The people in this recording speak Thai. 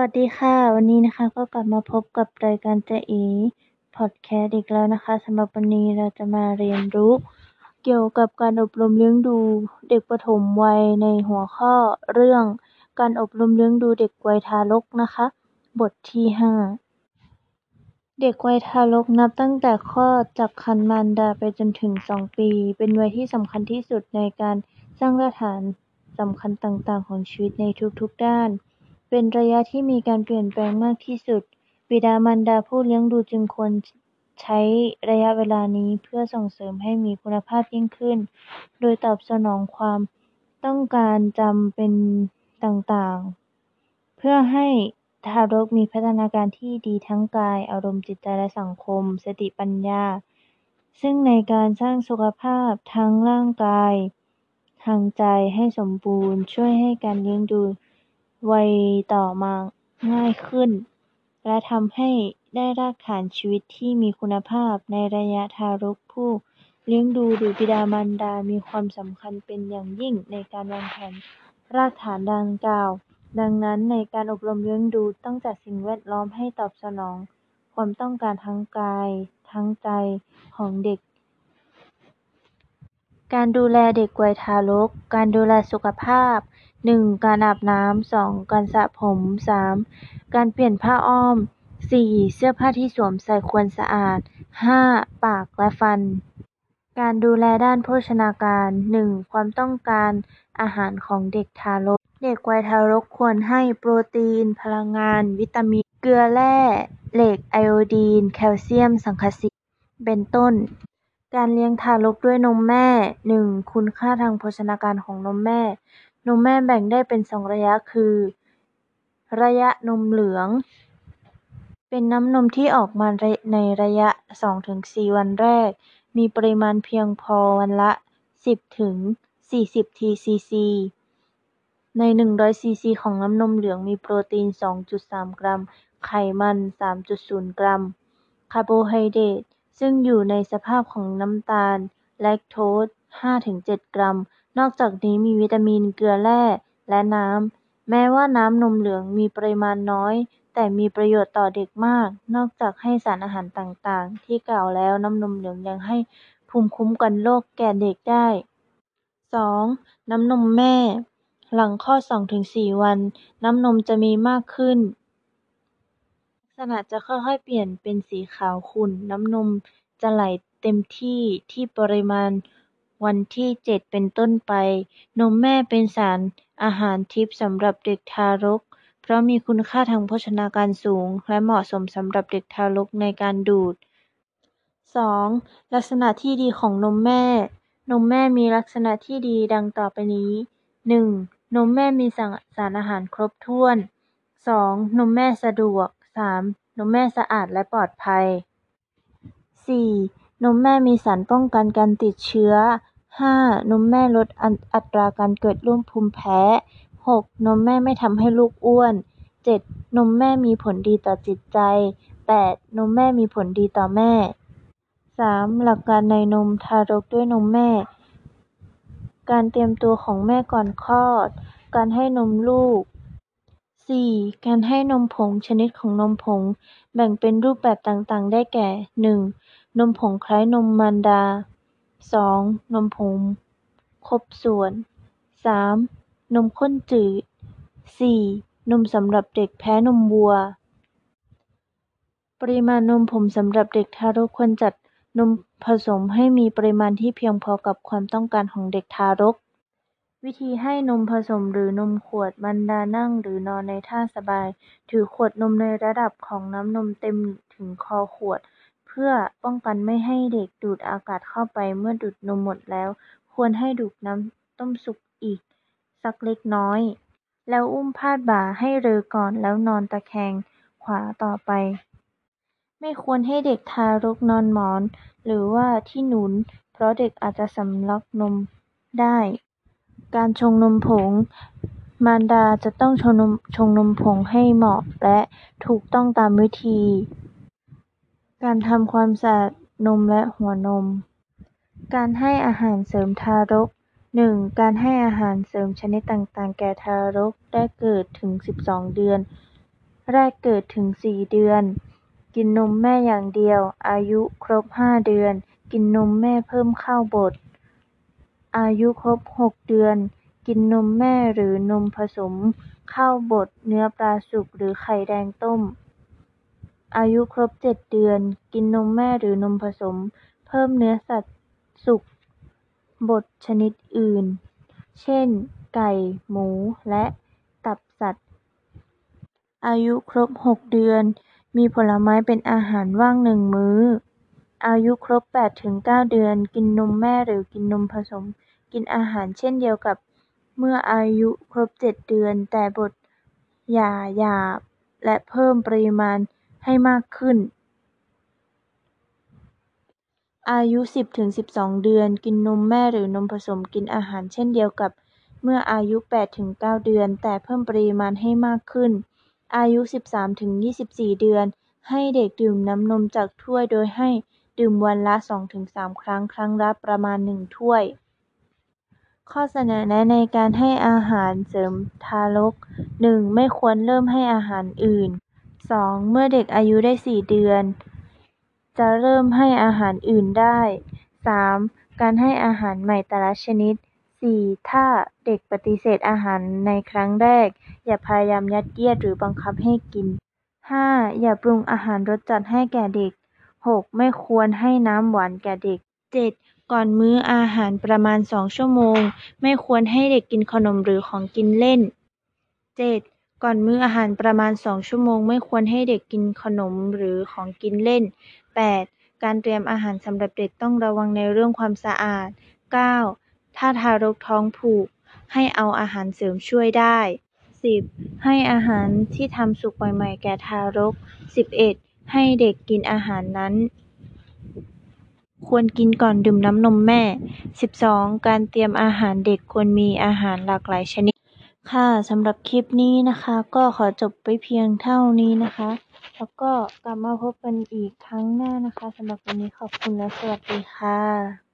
วัสดีค่ะวันนี้นะคะก็กลับมาพบกับรายการจ๊ะเอ๋พอดแคสต์อีกแล้วนะคะสำหรับวันนี้เราจะมาเรียนรู้เกี่ยวกับการอบรมเลี้ยงดูเด็กปฐมวัยในหัวข้อเรื่องการอบรมเลี้ยงดูเด็กวัยทารกนะคะบทที่5เด็กวัยทารกนับตั้งแต่คลอดจากครรภ์มารดาไปจนถึง2 ปีเป็นวัยที่สำคัญที่สุดในการสร้างรากฐานสำคัญต่างๆของชีวิตในทุกๆด้านเป็นระยะที่มีการเปลี่ยนแปลงมากที่สุดบิดามารดาผู้เลี้ยงดูจึงควรใช้ระยะเวลานี้เพื่อส่งเสริมให้มีคุณภาพยิ่งขึ้นโดยตอบสนองความต้องการจำเป็นต่างๆเพื่อให้ทารกมีพัฒนาการที่ดีทั้งกายอารมณ์จิตใจและสังคมสติปัญญาซึ่งในการสร้างสุขภาพทั้งร่างกายทางใจให้สมบูรณ์ช่วยให้การเลี้ยงดูวัยต่อมาง่ายขึ้นและทำให้ได้รากฐานชีวิตที่มีคุณภาพในระยะทารกผู้เลี้ยงดูหรือบิดามารดามีความสำคัญเป็นอย่างยิ่งในการวางแผนรากฐานดังกล่าวดังนั้นในการอบรมเลี้ยงดูต้องจัดสิ่งแวดล้อมให้ตอบสนองความต้องการทั้งกายทั้งใจของเด็กการดูแลเด็กวัยทารกการดูแลสุขภาพ 1. การอาบน้ำ 2. การสระผม 3. การเปลี่ยนผ้าอ้อม 4. เสื้อผ้าที่สวมใส่ควรสะอาด 5. ปากและฟันการดูแลด้านโภชนาการ 1. ความต้องการอาหารของเด็กทารกเด็กวัยทารกควรให้โปรตีนพลังงานวิตามินเกลือแร่เหล็กไอโอดีนแคลเซียมสังกะสีเป็นต้นการเลี้ยงทารกด้วยนมแม่ 1. คุณค่าทางโภชนาการของนมแม่นมแม่แบ่งได้เป็น2 ระยะคือระยะนมเหลืองเป็นน้ำนมที่ออกมาในระยะ 2-4 วันแรกมีปริมาณเพียงพอวันละ 10-40 ทีซีซีใน100ซีซีของน้ำนมเหลืองมีโปรตีน 2.3 กรัมไขมัน 3.0 กรัมคาร์โบไฮเดรตซึ่งอยู่ในสภาพของน้ำตาลแลคโตส 5-7 กรัมนอกจากนี้มีวิตามินเกลือแร่และน้ำแม้ว่าน้ำนมเหลืองมีปริมาณน้อยแต่มีประโยชน์ต่อเด็กมากนอกจากให้สารอาหารต่างๆที่กล่าวแล้วน้ำนมเหลืองยังให้ภูมิคุ้มกันโรคแก่เด็กได้ 2. น้ำนมแม่หลังคลอด 2-4 วันน้ำนมจะมีมากขึ้นลักษณะจะค่อยๆเปลี่ยนเป็นสีขาวขุ่นน้ำนมจะไหลเต็มที่ปริมาณวันที่ 7 เป็นต้นไปนมแม่เป็นสารอาหารทิพย์สำหรับเด็กทารกเพราะมีคุณค่าทางโภชนาการสูงและเหมาะสมสำหรับเด็กทารกในการดูด 2. ลักษณะที่ดีของนมแม่นมแม่มีลักษณะที่ดีดังต่อไปนี้ 1. นมแม่มีสารอาหารครบถ้วน 2. นมแม่สะดวก 3. นมแม่สะอาดและปลอดภัย 4. นมแม่มีสารป้องกันการติดเชื้อ 5. นมแม่ลดอัตราการเกิดโรคภูมิแพ้ 6. นมแม่ไม่ทำให้ลูกอ้วน 7. นมแม่มีผลดีต่อจิตใจ 8. นมแม่มีผลดีต่อแม่ 3. หลักการในนมทารกด้วยนมแม่การเตรียมตัวของแม่ก่อนคลอดการให้นมลูก 4. การให้นมผงชนิดของนมผงแบ่งเป็นรูปแบบต่างๆได้แก่ 1. นมผงคล้ายนมมารดา 2. นมผงครบส่วน 3. นมข้นจืด 4. นมสำหรับเด็กแพ้นมวัวปริมาณนมผงสำหรับเด็กทารกควรจัดนมผสมให้มีปริมาณที่เพียงพอกับความต้องการของเด็กทารกวิธีให้นมผสมหรือนมขวดมารดานั่งหรือนอนในท่าสบายถือขวดนมในระดับของน้ำนมเต็มถึงคอขวดเพื่อป้องกันไม่ให้เด็กดูดอากาศเข้าไปเมื่อดูดนมหมดแล้วควรให้ดื่มน้ำต้มสุกอีกสักเล็กน้อยแล้วอุ้มพาดบ่าให้เรอก่อนแล้วนอนตะแคงขวาต่อไปไม่ควรให้เด็กทารกนอนหมอนหรือว่าที่หนุนเพราะเด็กอาจจะสำลักนมได้การชงนมผงมารดาจะต้องชงนมผงให้เหมาะและถูกต้องตามวิธีการทำความสะอาดนมและหัวนมการให้อาหารเสริมทารก 1. การให้อาหารเสริมชนิดต่างๆแก่ทารกแรกเกิดถึง12 เดือนแรกเกิดถึง 4 เดือน กินนมแม่อย่างเดียว อายุครบ 5 เดือน กินนมแม่เพิ่มข้าวบด อายุครบ 6 เดือน กินนมแม่หรือนมผสม ข้าวบด เนื้อปลาสุกหรือไข่แดงต้ม อายุครบ 7 เดือน กินนมแม่หรือนมผสม เพิ่มเนื้อสัตว์สุกบดชนิดอื่น เช่น ไก่ หมู และตับสัตว์ อายุครบ 6 เดือน มีผลไม้เป็นอาหารว่าง 1 มื้อ อายุครบ 8 ถึง 9 เดือน กินนมแม่หรือกินนมผสม กินอาหารเช่นเดียวกับเมื่ออายุครบ 7 เดือน แต่บดหยาบและเพิ่มปริมาณให้มากขึ้น อายุ 10 ถึง 12 เดือน กินนมแม่หรือนมผสม กินอาหารเช่นเดียวกับเมื่ออายุ 8 ถึง 9 เดือน แต่เพิ่มปริมาณให้มากขึ้น อายุ 13 ถึง 24 เดือน ให้เด็กดื่มน้ำนมจากถ้วยโดยให้ดื่มวันละ 2-3 ครั้ง ครั้งละประมาณ 1 ถ้วย ข้อเสนอแนะในการให้อาหารเสริมทารก 1. ไม่ควรเริ่มให้อาหารอื่น 2. เมื่อเด็กอายุได้ 4 เดือน จะเริ่มให้อาหารอื่นได้ 3. การให้อาหารใหม่แต่ละชนิด 4. ถ้าเด็กปฏิเสธอาหารในครั้งแรก อย่าพยายามยัดเยียดหรือบังคับให้กิน 5. อย่าปรุงอาหารรสจัดให้แก่เด็ก 6. ไม่ควรให้น้ำหวานแก่เด็ก 7. ก่อนมื้ออาหารประมาณ 2 ชั่วโมง ไม่ควรให้เด็กกินขนมหรือของกินเล่น 7. ก่อนมื้ออาหารประมาณ 2 ชั่วโมง ไม่ควรให้เด็กกินขนมหรือของกินเล่น 8. การเตรียมอาหารสำหรับเด็กต้องระวังในเรื่องความสะอาด 9. ถ้าทารกท้องผูก ให้เอาอาหารเสริมช่วยได้ 10. ให้อาหารที่ทำสุกใหม่ๆแก่ทารก 11. ให้เด็กกินอาหารนั้นควรกินก่อนดื่มน้ำนมแม่ 12. การเตรียมอาหารเด็กควรมีอาหารหลากหลายชนิด ค่ะสำหรับคลิปนี้นะคะ ก็ขอจบไปเพียงเท่านี้นะคะ แล้วก็กลับมาพบกันอีกครั้งหน้านะคะสำหรับวันนี้ขอบคุณและสวัสดีค่ะ